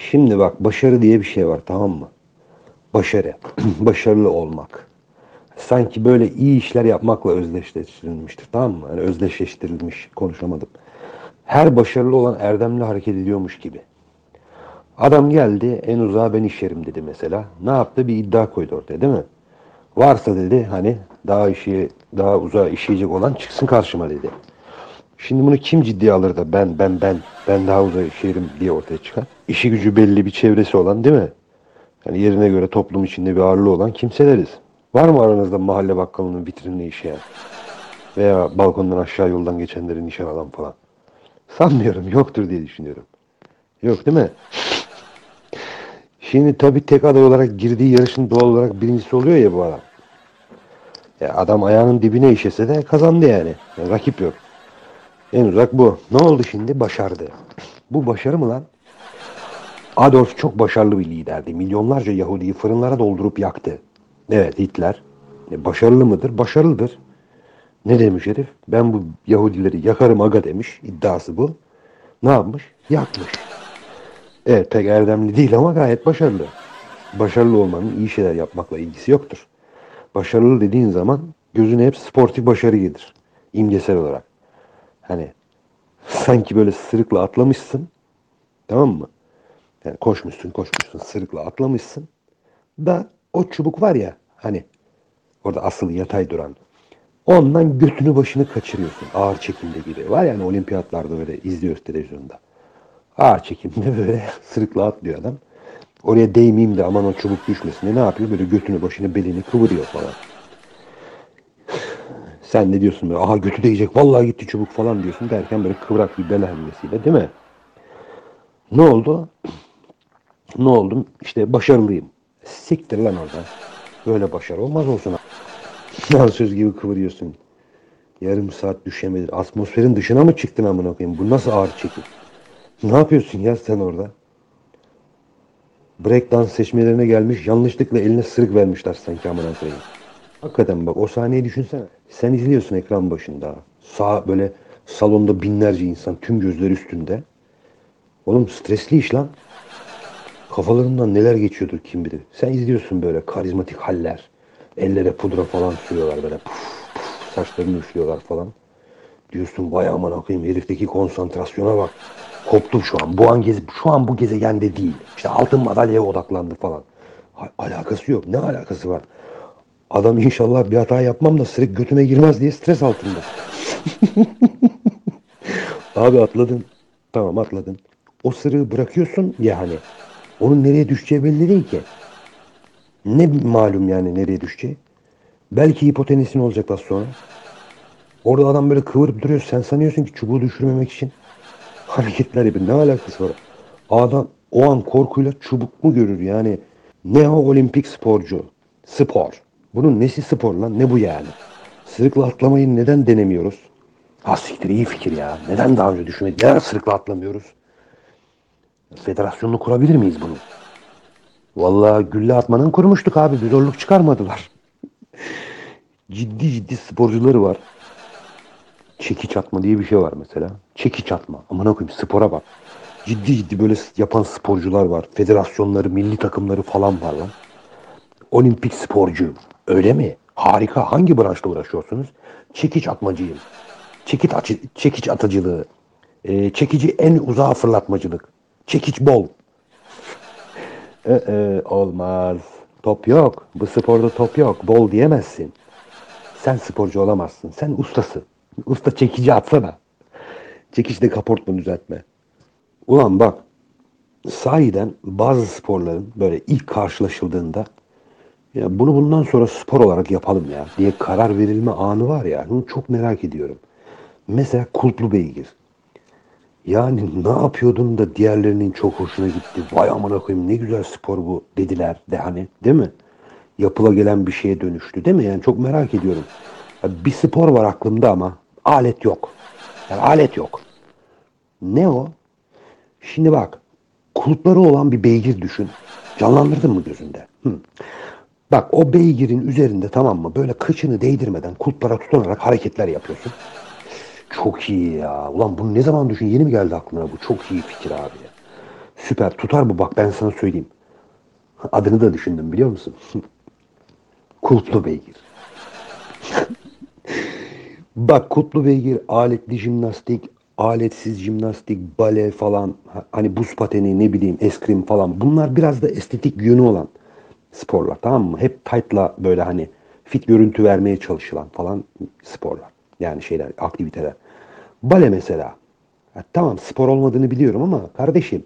Şimdi bak başarı diye bir şey var, tamam mı? Başarı. Başarılı olmak. Sanki böyle iyi işler yapmakla özdeşleştirilmiştir, tamam mı? Yani özdeşleştirilmiş, konuşamadım. Her başarılı olan erdemli hareket ediyormuş gibi. Adam geldi, en uzağa ben işerim dedi mesela. Ne yaptı? Bir iddia koydu ortaya, değil mi? Varsa dedi hani daha uzağa işleyecek olan çıksın karşıma dedi. Şimdi bunu kim ciddiye alır da ben daha uzağa işerim diye ortaya çıkar? İşi gücü belli bir çevresi olan, değil mi? Yani yerine göre toplum içinde bir ağırlığı olan kimseleriz. Var mı aranızda mahalle bakkalının vitrininde işeyen veya balkondan aşağı yoldan geçenleri nişan alan falan? Sanmıyorum, yoktur diye düşünüyorum. Yok, değil mi? Şimdi tabii tek aday olarak girdiği yarışın doğal olarak birincisi oluyor ya bu adam. Ya adam ayağının dibine işese de kazandı yani. Yani rakip yok. En uzak bu. Ne oldu şimdi? Başardı. Bu başarı mı lan? Adolf çok başarılı bir liderdi. Milyonlarca Yahudi'yi fırınlara doldurup yaktı. Evet, Hitler. Başarılı mıdır? Başarılıdır. Ne demiş herif? Ben bu Yahudileri yakarım aga demiş. İddiası bu. Ne yapmış? Yakmış. Evet, pek erdemli değil ama gayet başarılı. Başarılı olmanın iyi şeyler yapmakla ilgisi yoktur. Başarılı dediğin zaman gözüne hep sportif başarı gelir. İmgesel olarak. Hani sanki böyle sırıkla atlamışsın. Tamam mı? Yani koşmuşsun sırıkla atlamışsın. Da o çubuk var ya hani orada asıl yatay duran. Ondan götünü başını kaçırıyorsun. Ağır çekimde gibi. Var yani olimpiyatlarda böyle izliyoruz televizyonda. Ağır çekimde böyle sırıkla atlıyor adam. Oraya değmeyeyim de aman o çubuk düşmesin diye ne yapıyor? Böyle götünü başını belini kıvırıyor falan. Sen ne diyorsun böyle? Aha götü değecek. Vallahi gitti çubuk falan diyorsun derken böyle kıvrak bir bel hamlesiyle, değil mi? Ne oldu? Ne oldum? İşte başarılıyım. Siktir lan orada. Böyle başarı olmaz olsun. Lan söz gibi kıvırıyorsun. Yarım saat düşemedin. Atmosferin dışına mı çıktın amına koyayım? Bu nasıl ağır çekim? Ne yapıyorsun ya sen orada? Breakdance seçmelerine gelmiş, yanlışlıkla eline sırık vermişler sanki amına koyayım. Hakikaten bak, o sahneyi düşünsene. Sen izliyorsun ekran başında. Sağ böyle salonda binlerce insan, tüm gözler üstünde. Oğlum stresli iş lan. Kafalarından neler geçiyordur kim bilir. Sen izliyorsun böyle karizmatik haller. Ellere pudra falan sürüyorlar böyle. Puf, puf, saçlarını üflüyorlar falan. Diyorsun vay aman akıyım, herifteki konsantrasyona bak. Koptum şu an. Şu an bu gezegende değil. İşte altın madalyaya odaklandı falan. Alakası yok. Ne alakası var? Adam inşallah bir hata yapmam da sırık götüme girmez diye stres altında. Abi atladın. Tamam, atladın. O sırığı bırakıyorsun ya hani. Onun nereye düşeceği belli değil ki. Ne malum yani nereye düşeceği. Belki hipotenüsün olacak az sonra. Orada adam böyle kıvırıp duruyor. Sen sanıyorsun ki çubuğu düşürmemek için hareketler yapıyor. Ne alakası var? Adam o an korkuyla çubuk mu görür yani? Ne o olimpik sporcu? Spor. Bunun nesi spor lan? Ne bu yani? Sırıkla atlamayı neden denemiyoruz? Ha siktir, iyi fikir ya. Neden daha önce düşünmedik? Neden sırıkla atlamıyoruz? Federasyonunu kurabilir miyiz bunu? Vallahi gülle atmanın kurmuştuk abi. Bir zorluk çıkarmadılar. Ciddi ciddi sporcuları var. Çekiç atma diye bir şey var mesela. Çekiç atma. Aman koyayım, spora bak. Ciddi ciddi böyle yapan sporcular var. Federasyonları, milli takımları falan var lan. Olimpik sporcu. Öyle mi? Harika. Hangi branşla uğraşıyorsunuz? Çekiç atmacıyım. Çekiç atıcılığı. Çekici en uzağa fırlatmacılık. Çekiç bol. Olmaz. Top yok. Bu sporda top yok. Bol diyemezsin. Sen sporcu olamazsın. Sen ustasın. Usta çekici atsana. Çekiçle kaportma düzeltme. Ulan bak, sahiden bazı sporların böyle ilk karşılaşıldığında ya bunu bundan sonra spor olarak yapalım ya diye karar verilme anı var ya, bunu çok merak ediyorum. Mesela kulplu beygir. Yani ne yapıyordun da diğerlerinin çok hoşuna gitti. Vay amına koyayım, ne güzel spor bu dediler de hani, değil mi? Yapıla gelen bir şeye dönüştü, değil mi? Yani çok merak ediyorum. Ya bir spor var aklımda ama alet yok. Yani alet yok. Ne o? Şimdi bak, kulpları olan bir beygir düşün. Canlandırdın mı gözünde? Bak o beygirin üzerinde, tamam mı? Böyle kıçını değdirmeden kulplara tutunarak hareketler yapıyorsun. Çok iyi ya. Ulan bunu ne zaman düşün? Yeni mi geldi aklına bu? Çok iyi fikir abi ya. Süper. Tutar bu, bak ben sana söyleyeyim. Adını da düşündüm biliyor musun? Kulplu beygir. Bak kutlu beygir, aletli jimnastik, aletsiz jimnastik, bale falan, hani buz pateni, ne bileyim eskrim falan. Bunlar biraz da estetik yönü olan sporlar, tamam mı? Hep tight'la böyle hani fit görüntü vermeye çalışılan falan sporlar. Yani şeyler, aktiviteler. Bale mesela. Ya tamam, spor olmadığını biliyorum ama kardeşim,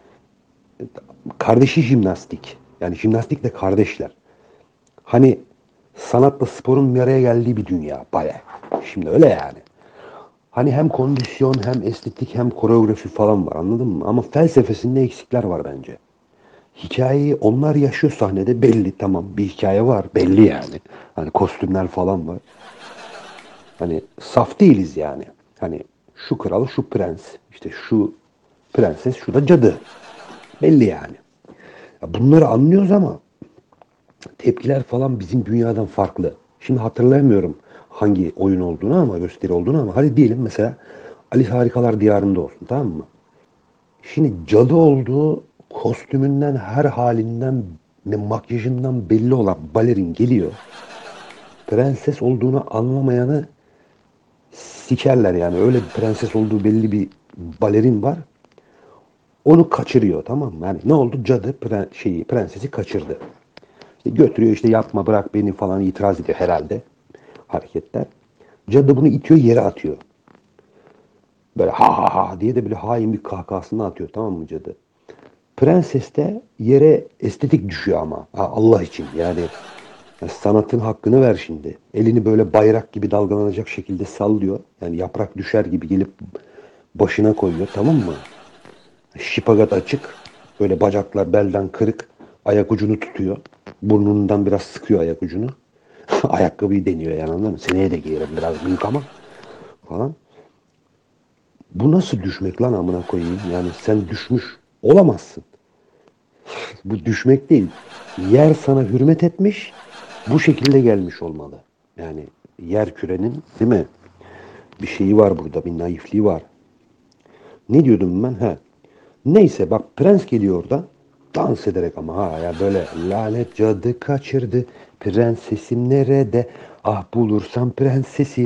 kardeşi jimnastik. Yani jimnastikle kardeşler. Hani sanatla sporun bir araya geldiği bir dünya bale. Şimdi öyle yani. Hani hem kondisyon hem estetik hem koreografi falan var, anladın mı? Ama felsefesinde eksikler var bence. Hikayeyi onlar yaşıyor sahnede, belli, tamam, bir hikaye var belli yani. Hani kostümler falan var. Hani saf değiliz yani. Hani şu kral şu prens, işte şu prenses şu da cadı. Belli yani. Ya bunları anlıyoruz ama tepkiler falan bizim dünyadan farklı. Şimdi hatırlamıyorum hangi oyun olduğunu ama gösteri olduğunu, ama hadi diyelim mesela Alice Harikalar Diyarı'nda olsun, tamam mı? Şimdi cadı olduğu kostümünden, her halinden ve makyajından belli olan balerin geliyor. Prenses olduğunu anlamayanı sikerler yani. Öyle bir prenses olduğu belli bir balerin var. Onu kaçırıyor, tamam mı? Yani ne oldu? Cadı prensesi kaçırdı. İşte götürüyor, işte yapma bırak beni falan, itiraz ediyor herhalde hareketler. Cadı bunu itiyor, yere atıyor. Böyle ha ha ha diye de böyle hain bir kahkahasını atıyor, tamam mı cadı? Prenses de yere estetik düşüyor ama. Ha, Allah için yani, ya sanatın hakkını ver şimdi. Elini böyle bayrak gibi dalgalanacak şekilde sallıyor. Yani yaprak düşer gibi gelip başına koyuyor, tamam mı? Şipagat açık. Böyle bacaklar belden kırık. Ayak ucunu tutuyor. Burnundan biraz sıkıyor ayak ucunu. Ayakkabıyı deniyor yani, anladın mı? Seneye de giyerim, biraz büyük ama falan. Bu nasıl düşmek lan, amına koyayım? Yani sen düşmüş olamazsın. Bu düşmek değil. Yer sana hürmet etmiş, bu şekilde gelmiş olmalı. Yani yer kürenin, değil mi? Bir şeyi var burada, bir naifliği var. Ne diyordum ben? He. Neyse bak, prens geliyor orada. Dans ederek ama, ha ya, böyle lanet cadı kaçırdı. Prensesim nerede? Ah bulursam prensesi.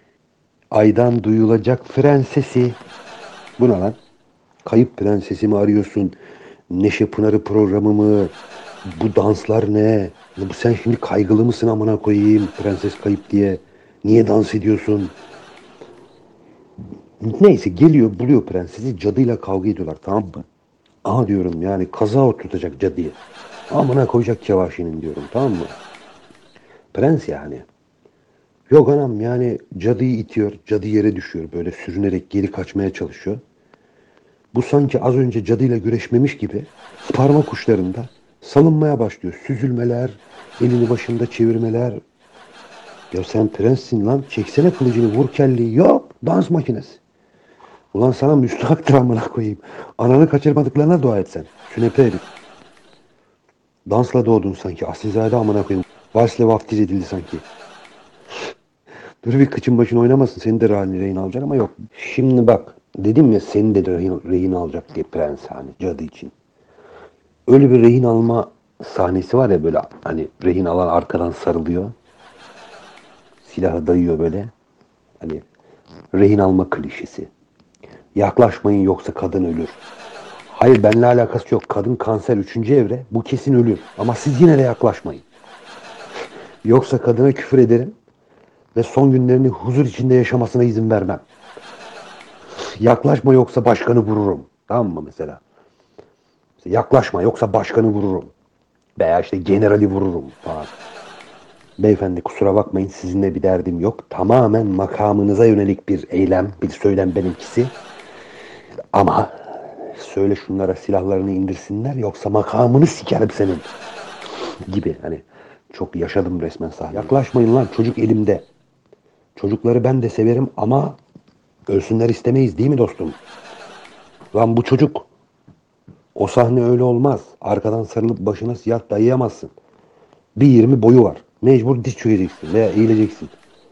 Aydan duyulacak prensesi. Bu ne lan? Kayıp prensesimi arıyorsun. Neşe Pınarı programı mı? Bu danslar ne? Ya bu, sen şimdi kaygılı mısın amına koyayım? Prenses kayıp diye. Niye dans ediyorsun? Neyse geliyor, buluyor prensesi. Cadıyla kavga ediyorlar, tamam mı? Aha diyorum, yani kaza oturtacak cadıyı. Amına koyacak Kevaşi'nin diyorum, tamam mı? Prens yani. Yok anam, yani cadıyı itiyor. Cadı yere düşüyor. Böyle sürünerek geri kaçmaya çalışıyor. Bu sanki az önce cadıyla güreşmemiş gibi parmak uçlarında salınmaya başlıyor. Süzülmeler, elini başında çevirmeler. Ya sen prenssin lan. Çeksene kılıcını, vur kelleyi. Yok. Dans makinesi. Ulan sana müstahaktır amına koyayım. Ananı kaçırmadıklarına dua et sen. Sünepe herif. Dansla doğdun sanki. Asilzade amına koyayım. Valsle vaftiz edildi sanki. Dur bir, kıçın başın oynamasın. Seni de rehin alacak ama yok. Şimdi bak. Dedim ya, seni de rehin alacak diye prens, hani cadı için. Öyle bir rehin alma sahnesi var ya, böyle hani rehin alan arkadan sarılıyor. Silahı dayıyor böyle. Hani rehin alma klişesi. Yaklaşmayın yoksa kadın ölür. Hayır, benimle alakası yok. Kadın kanser, üçüncü evre. Bu kesin ölür. Ama siz yine de yaklaşmayın. Yoksa kadına küfür ederim ve son günlerini huzur içinde yaşamasına izin vermem. Yaklaşma yoksa başkanı vururum. Tamam mı mesela? Yaklaşma yoksa başkanı vururum. Veya işte generali vururum falan. Beyefendi kusura bakmayın, sizinle bir derdim yok. Tamamen makamınıza yönelik bir eylem, bir söylem benimkisi. Ama söyle şunlara silahlarını indirsinler yoksa makamını sikerim senin. Gibi hani, çok yaşadım resmen sahne. Yaklaşmayın lan, çocuk elimde. Çocukları ben de severim ama ölsünler istemeyiz, değil mi dostum? Lan bu çocuk, o sahne öyle olmaz. Arkadan sarılıp başına silah dayayamazsın. 1,20 boyu var. Mecbur diz çökeceksin veya eğileceksin.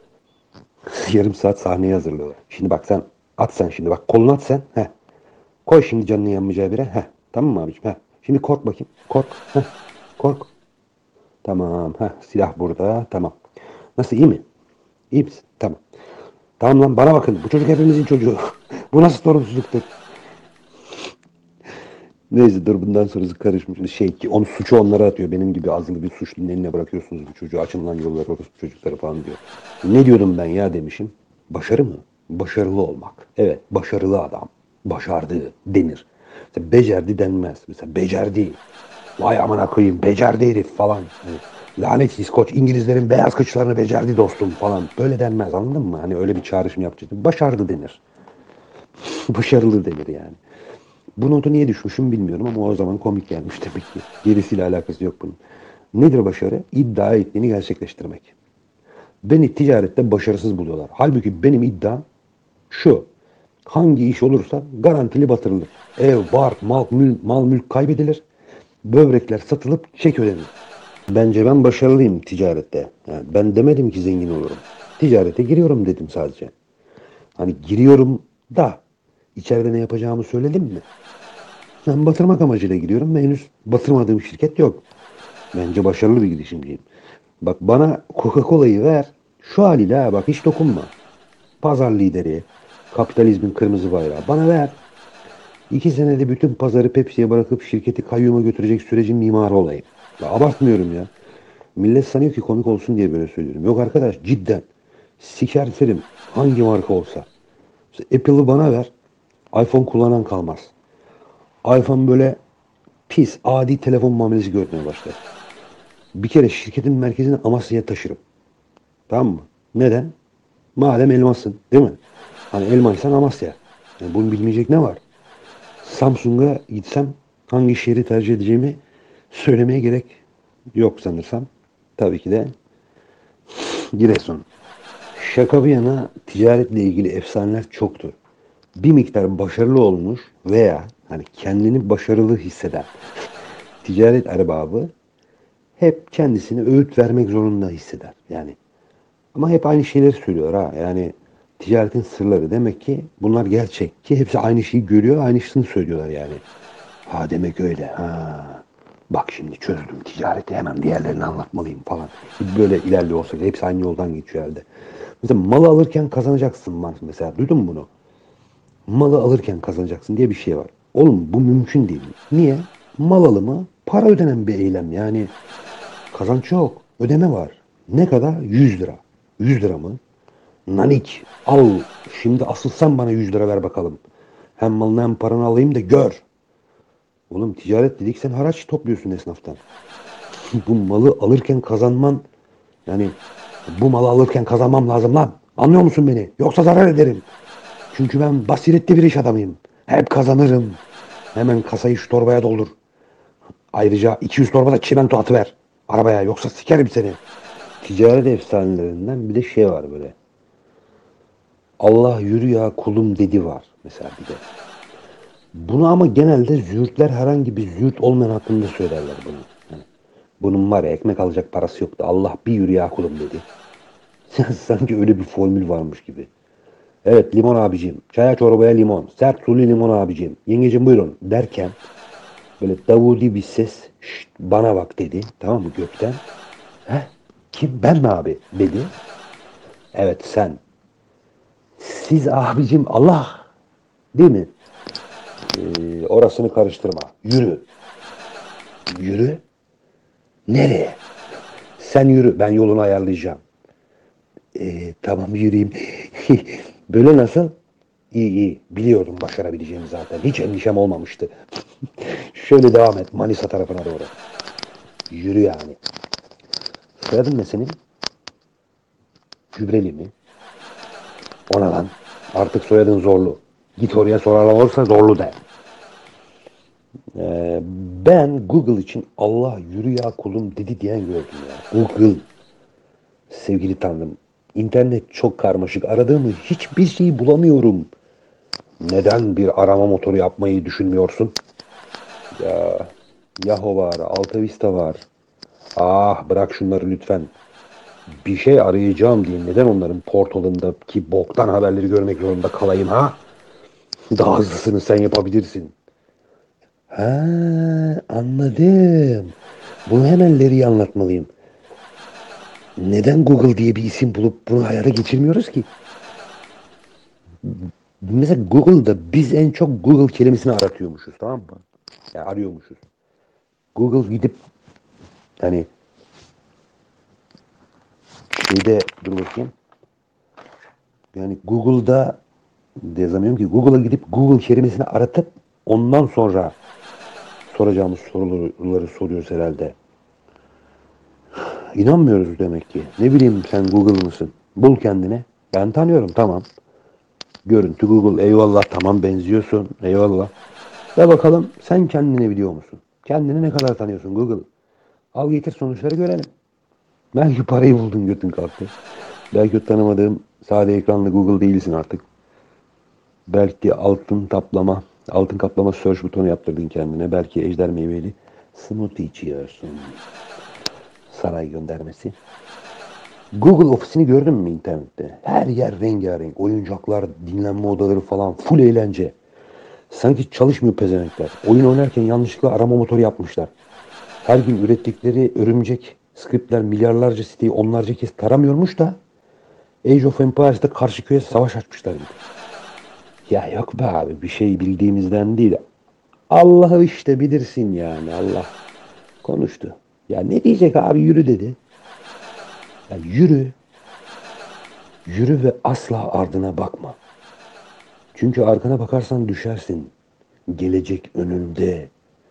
Yarım saat sahneyi hazırlıyorlar. Şimdi bak sen, at sen şimdi, bak kolunu at sen. Heh. Koy şimdi canını yanmayacağı bire. Heh. Tamam mı abicim? Heh. Şimdi kork bakayım. Kork. Heh. Kork. Tamam. Heh. Silah burada. Tamam. Nasıl, iyi mi? İyi misin? Tamam. Tamam lan, bana bakın. Bu çocuk hepimizin çocuğu. Bu nasıl sorumsuzluktur? Neyse, dur, bundan sonrası karışmış. Şey ki, onu, suçu onlara atıyor. Benim gibi azılı bir suçlunun eline bırakıyorsunuz bu çocuğu. Açın lan yolları, orası çocukları falan diyor. Ne diyordum ben ya demişim. Başarı mı? Başarılı olmak. Evet, başarılı adam. Başardı denir. Mesela becerdi denmez. Mesela becerdi. Vay amına koyayım, becerdi herif falan. Hani, lanet İskoç, İngilizlerin beyaz kıçlarını becerdi dostum falan. Böyle denmez, anladın mı? Hani öyle bir çağrışım yapacaktım. Başardı denir. Başarılı denir yani. Bu notu niye düşmüşüm bilmiyorum ama o zaman komik gelmiş demek ki. Gerisiyle alakası yok bunun. Nedir başarı? İddia ettiğini gerçekleştirmek. Beni ticarette başarısız buluyorlar. Halbuki benim iddiam şu: hangi iş olursa garantili batırılır. Ev, bark, mal mülk kaybedilir. Böbrekler satılıp çek ödenir. Bence ben başarılıyım ticarette. Yani ben demedim ki zengin olurum. Ticarete giriyorum dedim sadece. Hani giriyorum da içeride ne yapacağımı söyledim mi? Ben batırmak amacıyla giriyorum ve henüz batırmadığım şirket yok. Bence başarılı bir girişimciyim. Bak, bana Coca-Cola'yı ver. Şu haliyle ha, bak, hiç dokunma. Pazar lideri, kapitalizmin kırmızı bayrağı. Bana ver. 2 senede bütün pazarı Pepsi'ye bırakıp şirketi kayyuma götürecek sürecin mimarı olayım. Ya, abartmıyorum ya. Millet sanıyor ki komik olsun diye böyle söylüyorum. Yok arkadaş, cidden. Sikertirim hangi marka olsa. İşte Apple'ı bana ver. iPhone kullanan kalmaz. iPhone böyle pis, adi telefon muamelesi görmeye başlar. Bir kere şirketin merkezini Amasya'ya taşırım. Tamam mı? Neden? Madem elmasın, değil mi? Hani elmaysan Amasya. Yani bunu bilmeyecek ne var? Samsung'a gitsem hangi şehri tercih edeceğimi söylemeye gerek yok sanırsam. Tabii ki de Giresun. Şaka bir yana, ticaretle ilgili efsaneler çoktur. Bir miktar başarılı olmuş veya hani kendini başarılı hisseden ticaret erbabı hep kendisini öğüt vermek zorunda hisseder. Yani ama hep aynı şeyleri söylüyor ha. Yani ticaretin sırları. Demek ki bunlar gerçek ki hepsi aynı şeyi görüyor, aynısını söylüyorlar yani. Ha, demek öyle. Ha. Bak, şimdi çözdüm ticareti, hemen diğerlerini anlatmalıyım falan. Böyle ilerliyor olsak hepsi aynı yoldan geçiyor herhalde. Mesela malı alırken kazanacaksın lan mesela. Duydun mu bunu? Malı alırken kazanacaksın diye bir şey var. Oğlum, bu mümkün değil. Niye? Mal alımı para ödenen bir eylem. Yani kazanç yok. Ödeme var. Ne kadar? 100 lira. 100 lira mı? Nanik. Al. Şimdi asıl sen bana 100 lira ver bakalım. Hem malını hem paranı alayım da gör. Oğlum, ticaret dedik, sen haraç topluyorsun esnaftan. Bu malı alırken kazanman, yani bu malı alırken kazanmam lazım lan. Anlıyor musun beni? Yoksa zarar ederim. Çünkü ben basiretli bir iş adamıyım. Hep kazanırım. Hemen kasayı şu torbaya doldur. Ayrıca 200 torba da çimento atıver arabaya, yoksa sikerim seni. Ticaret efsanelerinden bir de şey var böyle. Allah yürü ya kulum dedi var mesela bir de. Bunu ama genelde züğürtler herhangi bir züğürt olmayan hakkında söylerler bunu. Yani bunun var ya, ekmek alacak parası yoktu. Allah bir yürü ya kulum dedi. Sanki öyle bir formül varmış gibi. Evet limon abicim. Çaya çorbaya limon. Sert sulu limon abicim. Yengecim buyurun derken böyle davudi bir ses, "Şşt, bana bak" dedi. Tamam mı, gökten. He? Kim? Ben mi abi? Dedi. Evet, sen. Siz abicim Allah. Değil mi? Orasını karıştırma. Yürü. Yürü. Nereye? Sen yürü. Ben yolunu ayarlayacağım. Tamam, yürüyeyim. Böyle nasıl? İyi iyi. Biliyordum başarabileceğimi zaten. Hiç endişem olmamıştı. Şöyle devam et. Manisa tarafına doğru. Yürü yani. Soyadın ne senin? Gübreli mi? Ona lan. Artık soyadın Zorlu. Git oraya, sorarlar olursa Zorlu de. Ben Google için Allah yürü ya kulum dedi diyen gördüm ya. Google. Sevgili Tanrım. İnternet çok karmaşık. Aradığımı hiçbir şeyi bulamıyorum. Neden bir arama motoru yapmayı düşünmüyorsun? Ya, Yahoo var, Alta Vista var. Ah, bırak şunları lütfen. Bir şey arayacağım diye neden onların portalındaki boktan haberleri görmek zorunda kalayım ha? Daha hızlısını sen yapabilirsin. Ha, anladım. Bunu hemen Larry'ye anlatmalıyım. Neden Google diye bir isim bulup bunu hayata geçirmiyoruz ki? Mesela Google'da biz en çok Google kelimesini aratıyormuşuz, tamam mı? Yani arıyormuşuz. Google gidip hani şeyde dur bakayım. Yani Google'da yazamıyorum ki. Google'a gidip Google kelimesini aratıp ondan sonra soracağımız soruları soruyoruz herhalde. İnanmıyoruz demek ki. Ne bileyim sen Google mısın? Bul kendine. Ben tanıyorum, tamam. Görüntü Google, eyvallah, tamam, benziyorsun, eyvallah. Ve bakalım sen kendini biliyor musun? Kendini ne kadar tanıyorsun Google? Al getir sonuçları görelim. Belki parayı buldun, götün kalktı. Belki o tanımadığım sade ekranlı Google değilsin artık. Belki altın kaplama search butonu yaptırdın kendine. Belki ejder meyveli smoothie içiyorsun. Saray göndermesi. Google ofisini gördün mü internette? Her yer rengarenk. Oyuncaklar, dinlenme odaları falan. Full eğlence. Sanki çalışmıyor pezevenkler. Oyun oynarken yanlışlıkla arama motoru yapmışlar. Her gün ürettikleri örümcek skriptler milyarlarca siteyi onlarca kez taramıyormuş da Age of Empires'da karşı köye savaş açmışlar gibi. Ya yok be abi, bir şey bildiğimizden değil. Allah'ı işte bilirsin yani, Allah konuştu. Ya ne diyecek abi, yürü dedi. Ya yürü, yürü ve asla ardına bakma. Çünkü arkana bakarsan düşersin. Gelecek önünde.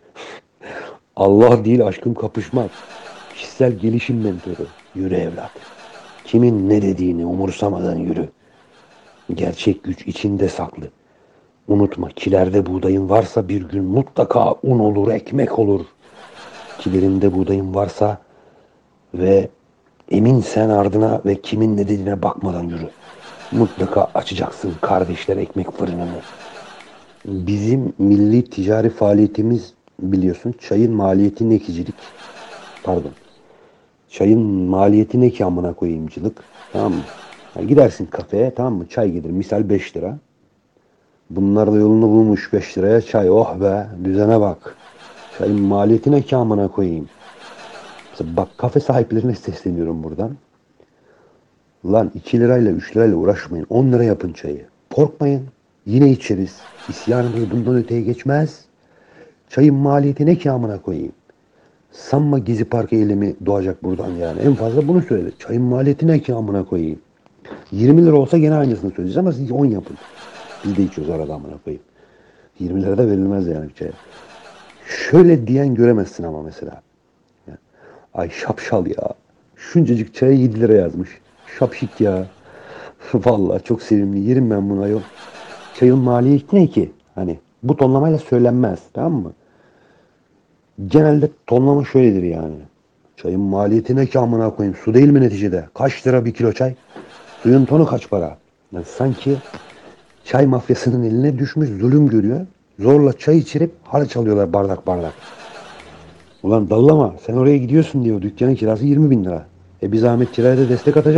Allah değil aşkım kapışmak. Kişisel gelişim mentoru. Yürü evlat. Kimin ne dediğini umursamadan yürü. Gerçek güç içinde saklı. Unutma, kilerde buğdayın varsa bir gün mutlaka un olur, ekmek olur. Kilerinde buğdayın varsa ve emin sen ardına ve kimin ne dediğine bakmadan yürü. Mutlaka açacaksın kardeşler ekmek fırınını. Bizim milli ticari faaliyetimiz biliyorsun çayın maliyeti nekicilik. Pardon. Çayın maliyeti ne ki amına koyayımcılık. Tamam mı? Yani gidersin kafeye, tamam mı? Çay gelir. Misal 5 lira. Bunlar da yolunu bulmuş 5 liraya çay. Oh be, düzene bak. Çayın maliyeti ne ki amına koyayım. Mesela bak, kafe sahiplerine sesleniyorum buradan. Lan 2 lirayla 3 lirayla uğraşmayın. 10 lira yapın çayı. Korkmayın. Yine içeriz. İsyanımız bundan öteye geçmez. Çayın maliyeti ne ki amına koyayım. Sanma Gezi Park eylemi doğacak buradan yani. En fazla bunu söyle. Çayın maliyeti ne ki amına koyayım. 20 lira olsa gene aynısını söyleyeceğiz ama siz 10 yapın. Biz de içiyoruz arada amına koyayım. 20 lira da verilmez yani bir çaya. Şöyle diyen göremezsin ama mesela. Ya, ay şapşal ya. Şuncacık çaya 7 lira yazmış. Şapşik ya. Vallahi çok sevimli. Yerim ben buna yol. Çayın maliyeti ne ki? Hani bu tonlamayla söylenmez. Tamam mı? Genelde tonlama şöyledir yani. Çayın maliyeti ne ki amına koyayım? Su değil mi neticede? Kaç lira bir kilo çay? Suyun tonu kaç para? Yani sanki çay mafyasının eline düşmüş, zulüm görüyor. Zorla çay içirip harç alıyorlar bardak bardak. Ulan dallama, sen oraya gidiyorsun diyor. Dükkanın kirası 20 bin lira. Bir zahmet kiraya da destek atacak.